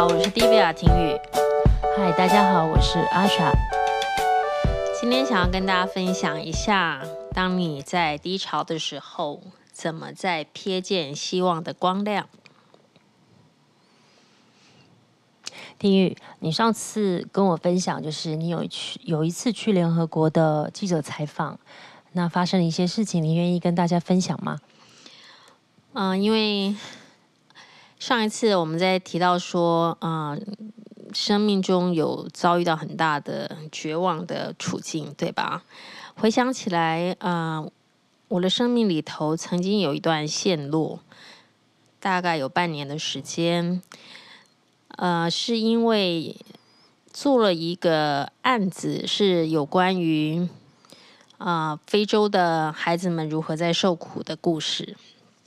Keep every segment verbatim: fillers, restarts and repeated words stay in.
好，我是蒂维亚婷雨。 嗨，大家好，我是阿莎。 今天想要跟大家分享一下，当你在低潮的时候，怎么在瞥见希望的光亮。 丁玉，你上次跟我分享，就是你有去有一次去联合国的记者采访，那发生了一些事情，你愿意跟大家分享吗？ 嗯、呃，因为上一次我们在提到说，嗯、呃，生命中有遭遇到很大的绝望的处境，对吧？回想起来，呃，我的生命里头曾经有一段陷落，大概有半年的时间，呃，是因为做了一个案子，是有关于啊、呃、非洲的孩子们如何在受苦的故事。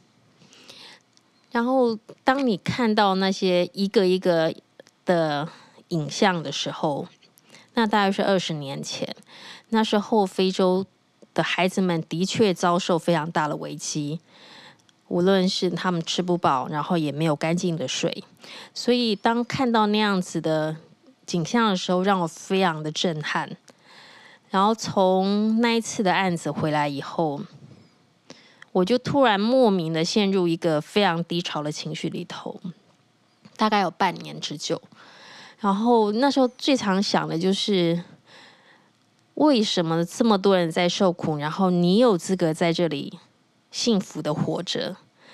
然后，当你看到那些一个一个的影像的时候，那大概是二十年前。那时候，非洲的孩子们的确遭受非常大的危机，无论是他们吃不饱，然后也没有干净的水。所以，当看到那样子的景象的时候，让我非常的震撼。然后，从那一次的案子回来以后，我就突然莫名的陷入一个非常低潮的情绪里头，大概有半年之久。然后那时候最常想的就是，为什么这么多人在受苦，然后你有资格在这里幸福的活着？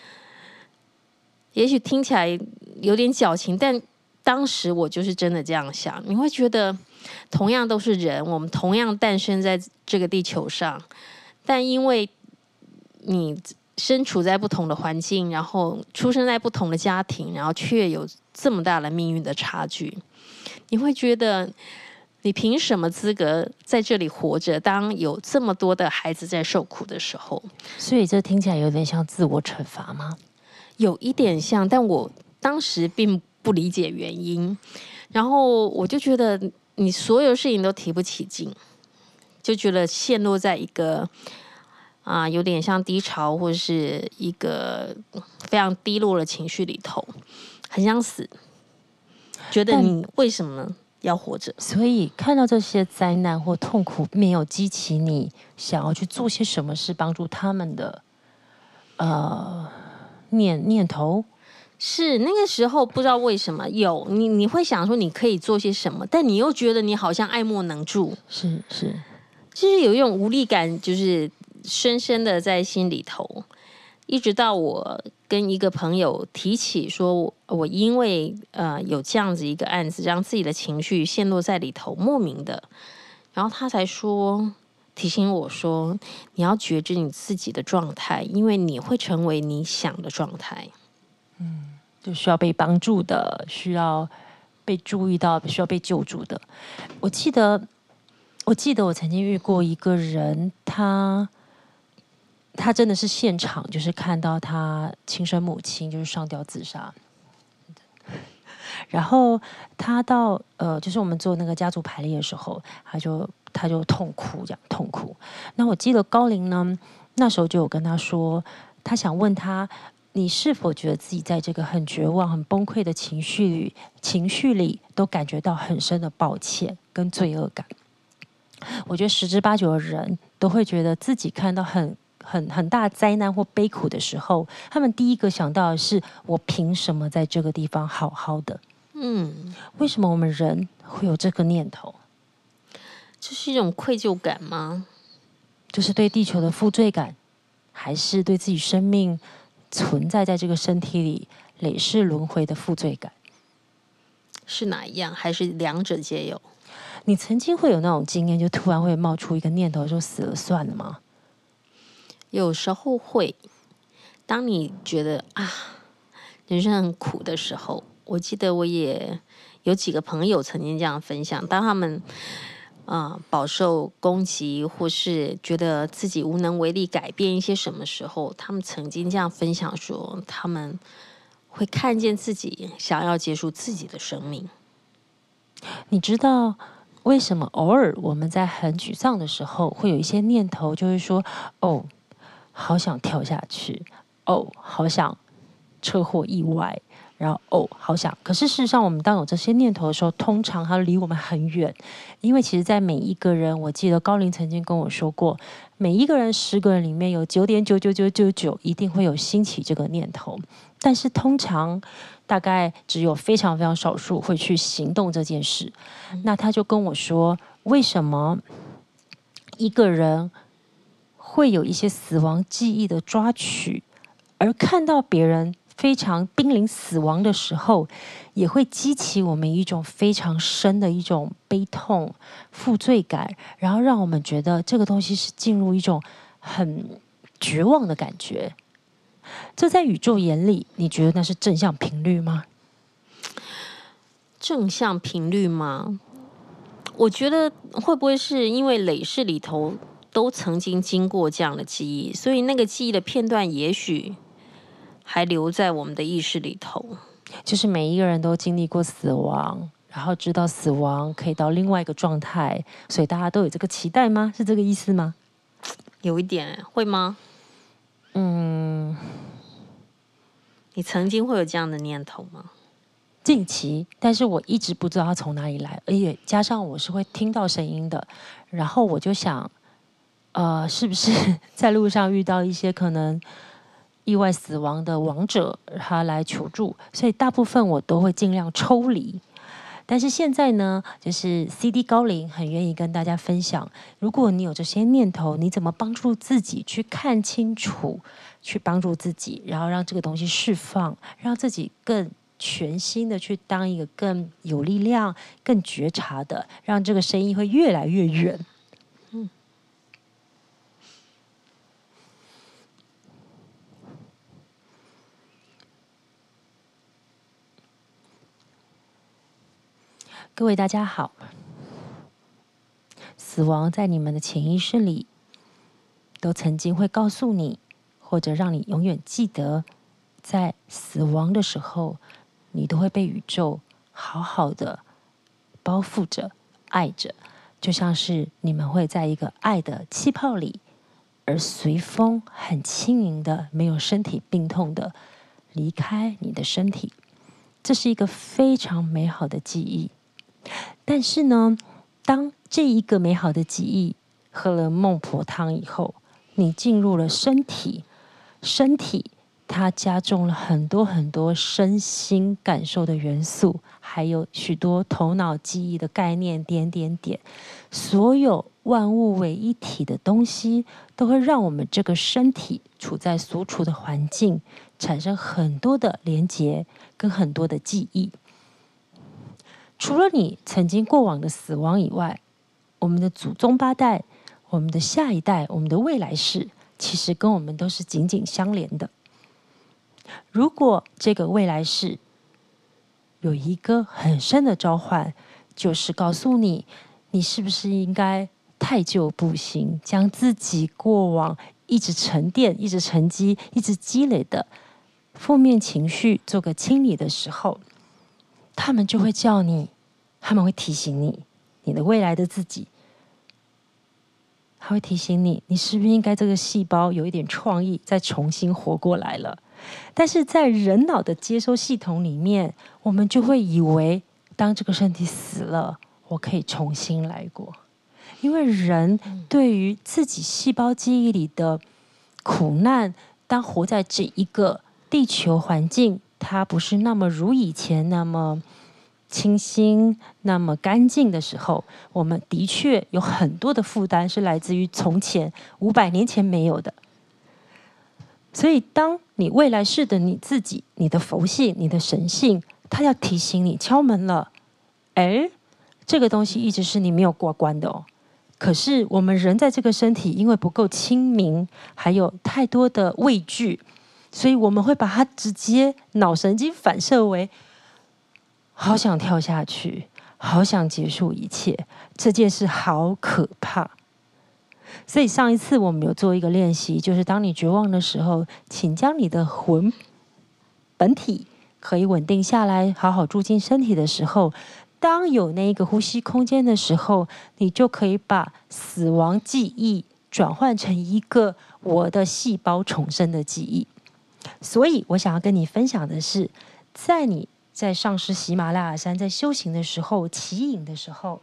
也许听起来有点矫情，但当时我就是真的这样想。你会觉得，同样都是人，我们同样诞生在这个地球上，但因为你身处在不同的环境，然后出生在不同的家庭，然后却有这么大的命运的差距，你会觉得你凭什么资格在这里活着？当有这么多的孩子在受苦的时候， 所以这听起来有点像自我惩罚吗？ 有一点像，但我当时并不理解原因，然后我就觉得你所有事情都提不起劲，就觉得陷落在一个啊、呃，有点像低潮或是一个非常低落的情绪里头，很想死，觉得你为什么要活着？ 所以看到这些灾难或痛苦，没有激起你想要去做些什么事帮助他们的呃念念头。 是那个时候不知道为什么有你，你会想说你可以做些什么，但你又觉得你好像爱莫能助， 是是， 就是有一种无力感，就是深深的在心里头。一直到我跟一个朋友提起说我，我因为呃有这样子一个案子，让自己的情绪陷落在里头，莫名的，然后他才说提醒我说，你要觉知你自己的状态，因为你会成为你想的状态。 嗯。就需要被帮助的，需要被注意到，需要被救助的。我记得，我记得我曾经遇过一个人，他他真的是现场，就是看到他亲生母亲就是上吊自杀，然后他到呃，就是我们做那个家族排列的时候，他就他就痛哭，这样痛哭。那我记得高龄呢，那时候就有跟他说，他想问他。你是否觉得自己在这个很绝望、很崩溃的情绪里，情绪里都感觉到很深的抱歉跟罪恶感？我觉得十之八九的人都会觉得自己看到很、很、很大灾难或悲苦的时候，他们第一个想到的是：我凭什么在这个地方好好的？ 嗯， 为什么我们人会有这个念头？ 这是一种愧疚感吗？ 就是对地球的负罪感，还是对自己生命？存在在这个身体里累世轮回的负罪感， 是哪一样？还是两者皆有？ 你曾经会有那种经验，就突然会冒出一个念头，说死了算了吗？ 有时候会。当你觉得啊，人生很苦的时候，我记得我也有几个朋友曾经这样分享，当他们啊、呃、饱受攻击，或是觉得自己无能为力改变一些什么时候，他们曾经这样分享说，他们会看见自己想要结束自己的生命。 你知道为什么偶尔我们在很沮丧的时候，会有一些念头，就是说，哦，好想跳下去，哦，好想车祸意外， 然后哦，好想。可是事实上，我们当有这些念头的时候，通常它离我们很远，因为其实，在每一个人，我记得高龄曾经跟我说过，每一个人十个人里面有九点九九九九九一定会有兴起这个念头，但是通常大概只有非常非常少数会去行动这件事。嗯、那他就跟我说，为什么一个人会有一些死亡记忆的抓取，而看到别人非常濒临死亡的时候，也会激起我们一种非常深的一种悲痛、负罪感，然后让我们觉得这个东西是进入一种很绝望的感觉。这在宇宙眼里，你觉得那是正向频率吗？ 正向频率吗？我觉得会不会是因为累世里头都曾经经过这样的记忆，所以那个记忆的片段也许还留在我们的意识里头。 就是每一个人都经历过死亡，然后知道死亡可以到另外一个状态，所以大家都有这个期待吗？是这个意思吗？ 有一点，会吗？嗯，你曾经会有这样的念头吗？ 近期，但是我一直不知道它从哪里来，而且加上我是会听到声音的，然后我就想，呃，是不是在路上遇到一些可能意外死亡的亡者，他来求助，所以大部分我都会尽量抽离。但是现在呢，就是 C D 高龄很愿意跟大家分享，如果你有这些念头，你怎么帮助自己去看清楚，去帮助自己，然后让这个东西释放，让自己更全心的去当一个更有力量、更觉察的，让这个声音会越来越远。嗯。各位大家好，死亡在你们的潜意识里，都曾经会告诉你，或者让你永远记得，在死亡的时候，你都会被宇宙好好的包覆着、爱着，就像是你们会在一个爱的气泡里，而随风很轻盈的、没有身体病痛的离开你的身体。这是一个非常美好的记忆。但是呢，当这一个美好的记忆喝了孟婆汤以后，你进入了身体，身体它加重了很多很多身心感受的元素，还有许多头脑记忆的概念，点点点，所有万物为一体的东西，都会让我们这个身体处在所处的环境，产生很多的连结跟很多的记忆。除了你曾经过往的死亡以外，我们的祖宗八代、我们的下一代、我们的未来世，其实跟我们都是紧紧相连的。如果这个未来世有一个很深的召唤，就是告诉你，你是不是应该太旧不新，将自己过往一直沉淀、一直沉积、一直积累的负面情绪做个清理的时候，他们就会叫你，他们会提醒你，你的未来的自己，他会提醒你，你是不是应该这个细胞有一点创意，再重新活过来了。但是在人脑的接收系统里面，我们就会以为，当这个身体死了，我可以重新来过。因为人对于自己细胞记忆里的苦难，当活在这一个地球环境，它不是那么如以前那么清新、那么干净的时候，我们的确有很多的负担是来自于从前五百年前没有的。所以，当你未来世的你自己、你的佛性、你的神性，它要提醒你敲门了。哎，这个东西一直是你没有过关的哦。可是我们人在这个身体，因为不够清明，还有太多的畏惧，所以我们会把它直接脑神经反射为好想跳下去，好想结束一切，这件事好可怕。所以上一次我们有做一个练习，就是当你绝望的时候，请将你的魂本体可以稳定下来，好好住进身体的时候，当有那一个呼吸空间的时候，你就可以把死亡记忆转换成一个我的细胞重生的记忆。所以我想要跟你分享的是， 在你在上师喜马拉雅山在修行的时候，起引的时候，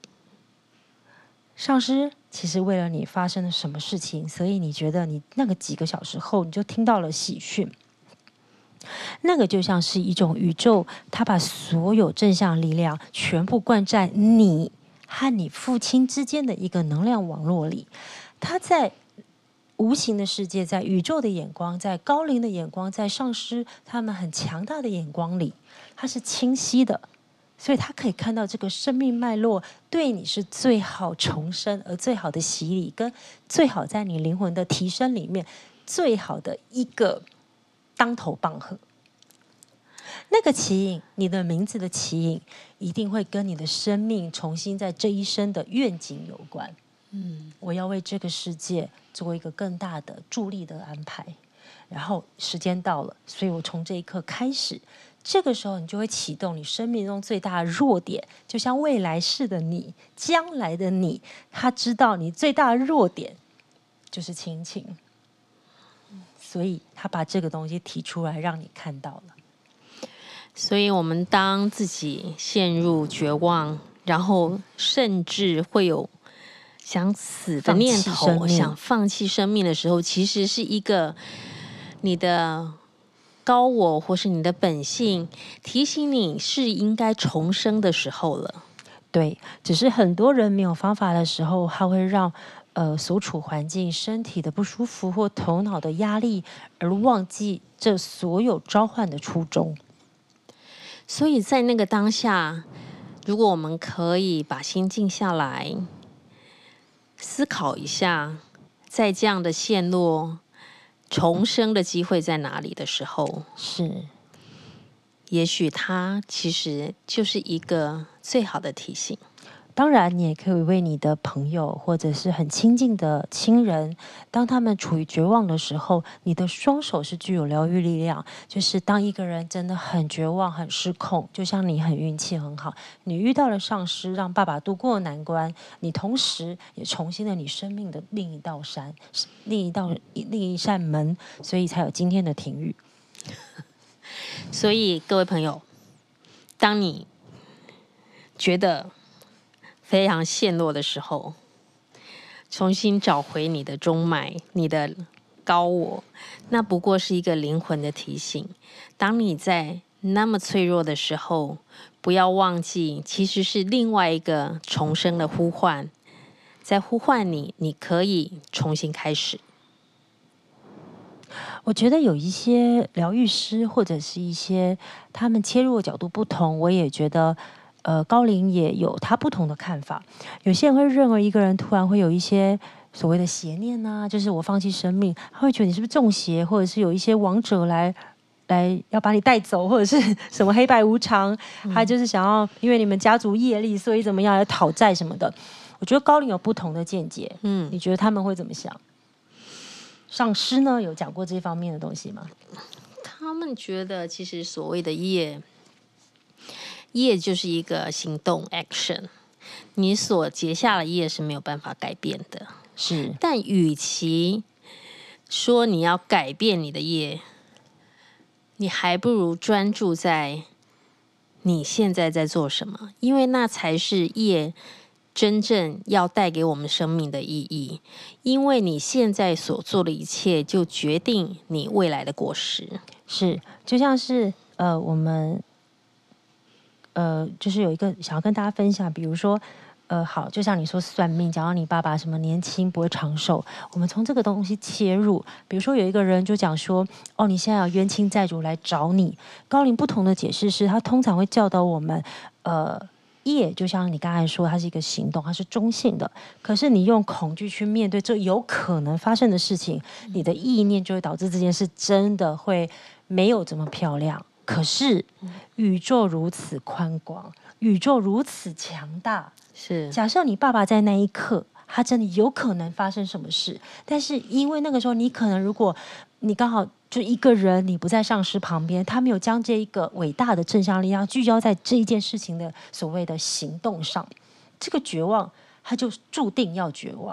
上师其实为了你发生了什么事情，所以你觉得你那个几个小时后你就听到了喜讯，那个就像是一种宇宙，它把所有正向力量全部灌在你和你父亲之间的一个能量网络里，它在无形的世界，在宇宙的眼光，在高灵的眼光，在上师他们很强大的眼光里，它是清晰的，所以他可以看到这个生命脉络对你是最好重生，而最好的洗礼，跟最好在你灵魂的提升里面最好的一个当头棒喝。那个起引，你的名字的起引，一定会跟你的生命重新在这一生的愿景有关。嗯，我要为这个世界做一个更大的助力的安排，然后时间到了，所以我从这一刻开始，这个时候你就会启动你生命中最大的弱点，就像未来式的你，将来的你，他知道你最大的弱点就是亲情，所以他把这个东西提出来让你看到了。 所以我们当自己陷入绝望，然后甚至会有想死的念头，想放弃生命的时候，其实是一个你的高我或是你的本性提醒你是应该重生的时候了。 对，只是很多人没有方法的时候，他会让呃所处环境、身体的不舒服或头脑的压力，而忘记这所有召唤的初衷。 所以在那个当下，如果我们可以把心静下来，思考一下，在这样的陷落重生的机会在哪里的时候， 是， 也许它其实就是一个最好的提醒。 当然，你也可以为你的朋友或者是很亲近的亲人，当他们处于绝望的时候，你的双手是具有疗愈力量。就是当一个人真的很绝望、很失控，就像你很运气很好，你遇到了上师，让爸爸度过难关，你同时也重新了你生命的另一道山、另一道另一扇门，所以才有今天的庭语。 所以各位朋友，当你觉得非常陷落的时候，重新找回你的中脉，你的高我，那不过是一个灵魂的提醒。当你在那么脆弱的时候，不要忘记，其实是另外一个重生的呼唤，在呼唤你，你可以重新开始。 我觉得有一些疗愈师或者是一些他们切入的角度不同，我也觉得呃，高灵也有他不同的看法。有些人会认为一个人突然会有一些所谓的邪念啊，就是我放弃生命，他会觉得你是不是中邪，或者是有一些王者来来要把你带走，或者是什么黑白无常，嗯、他就是想要因为你们家族业力，所以怎么样来讨债什么的。我觉得高灵有不同的见解，嗯，你觉得他们会怎么想？上师呢有讲过这方面的东西吗？ 他们觉得其实所谓的业。业就是一个行动 action， 你所结下的业是没有办法改变的。 是， 但与其说你要改变你的业，你还不如专注在你现在在做什么，因为那才是业真正要带给我们生命的意义。因为你现在所做的一切，就决定你未来的果实。 是，就像是呃，我们。呃，就是有一个想要跟大家分享，比如说，呃，好，就像你说算命，讲到你爸爸什么年轻不会长寿，我们从这个东西切入，比如说有一个人就讲说，哦，你现在有冤亲债主来找你，高灵不同的解释是，他通常会教导我们，呃，业就像你刚才说，它是一个行动，它是中性的，可是你用恐惧去面对这有可能发生的事情，你的意念就会导致这件事真的会没有这么漂亮。可是，宇宙如此宽广，宇宙如此强大。 是， 假设你爸爸在那一刻，他真的有可能发生什么事，但是因为那个时候你可能，如果你刚好就一个人，你不在上师旁边，他没有将这一个伟大的正向力量聚焦在这一件事情的所谓的行动上，这个绝望，他就注定要绝望。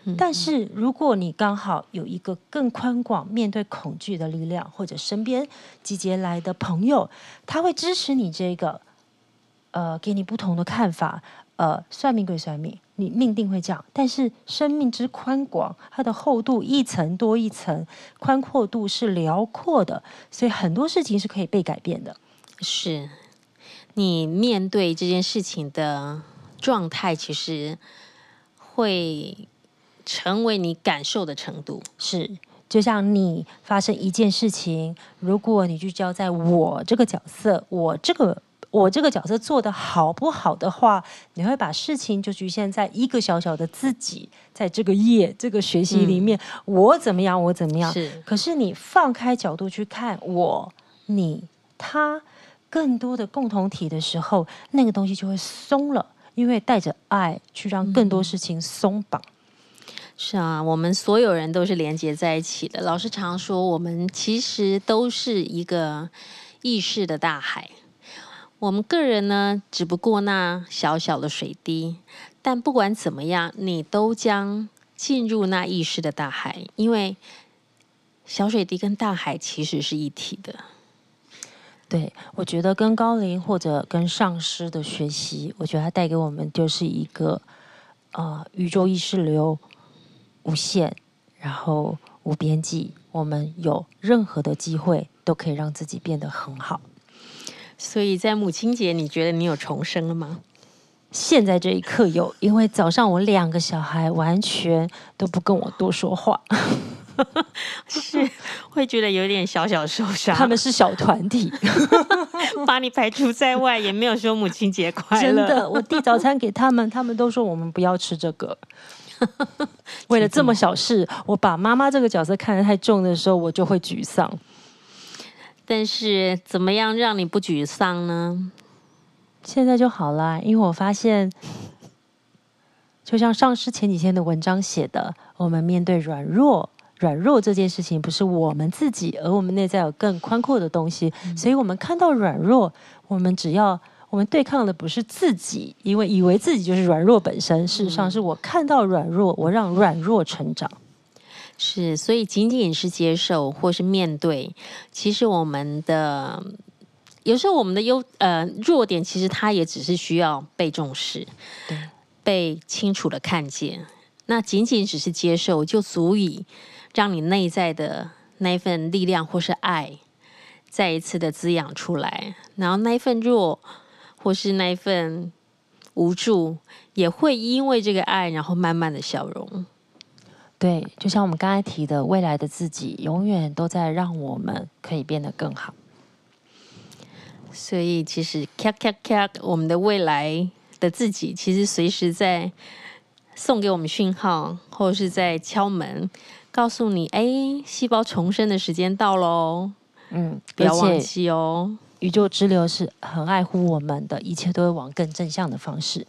嗯， 但是如果你刚好有一个更宽广面对恐惧的力量，或者身边集结来的朋友，他会支持你这个，呃，给你不同的看法。呃，算命归算命，你命定会这样，但是生命之宽广，它的厚度一层多一层，宽阔度是辽阔的，所以很多事情是可以被改变的。 是你面对这件事情的状态，其实会成为你感受的程度。 是，就像你发生一件事情，如果你聚焦在我这个角色，我这个我这个角色做得好不好的话，你会把事情就局限在一个小小的自己，在这个业这个学习里面，嗯、我怎么样，我怎么样。 是， 可是你放开角度去看我、你、他更多的共同体的时候，那个东西就会松了，因为带着爱去让更多事情松绑。 嗯、是啊，我们所有人都是连接在一起的。老师常说，我们其实都是一个意识的大海。我们个人呢，只不过那小小的水滴，但不管怎么样，你都将进入那意识的大海，因为小水滴跟大海其实是一体的。 对，我觉得跟高龄或者跟上师的学习，我觉得它带给我们就是一个呃宇宙意识流无限，然后无边际，我们有任何的机会都可以让自己变得很好。 所以在母亲节，你觉得你有重生了吗？ 现在这一刻有，因为早上我两个小孩完全都不跟我多说话， 是会觉得有点小小受伤。 他们是小团体， 把你排除在外，也没有说母亲节快乐。 真的，我递早餐给他们，他们都说我们不要吃这个。为了这么小事，我把妈妈这个角色看得太重的时候，我就会沮丧。 但是怎么样让你不沮丧呢？ 现在就好啦，因为我发现，就像上师前几天的文章写的，我们面对软弱，软弱这件事情不是我们自己，而我们内在有更宽阔的东西，嗯、所以我们看到软弱，我们只要我们对抗的不是自己，因为以为自己就是软弱本身，事实上是我看到软弱，我让软弱成长。 是，所以仅仅是接受或是面对，其实我们的有时候我们的优呃弱点，其实它也只是需要被重视， 对， 被清楚的看见。那仅仅只是接受，就足以让你内在的那份力量或是爱，再一次的滋养出来。然后那一份弱，或是那一份无助，也会因为这个爱，然后慢慢的消融。 对，就像我们刚才提的，未来的自己永远都在让我们可以变得更好。 所以其实咔咔咔，我们的未来的自己，其实随时在送给我们讯号，或者是在敲门，告诉你：哎，细胞重生的时间到喽！嗯，不要忘记哦。 宇宙之流是很爱护我们的，一切都会往更正向的方式。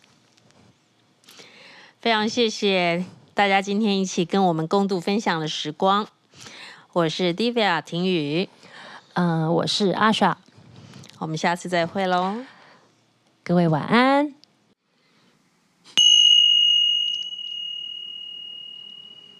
非常谢谢大家今天一起跟我们共度分享的时光。我是 Divya 婷宇， 嗯、呃，我是阿莎， 我们下次再会喽， 各位晚安。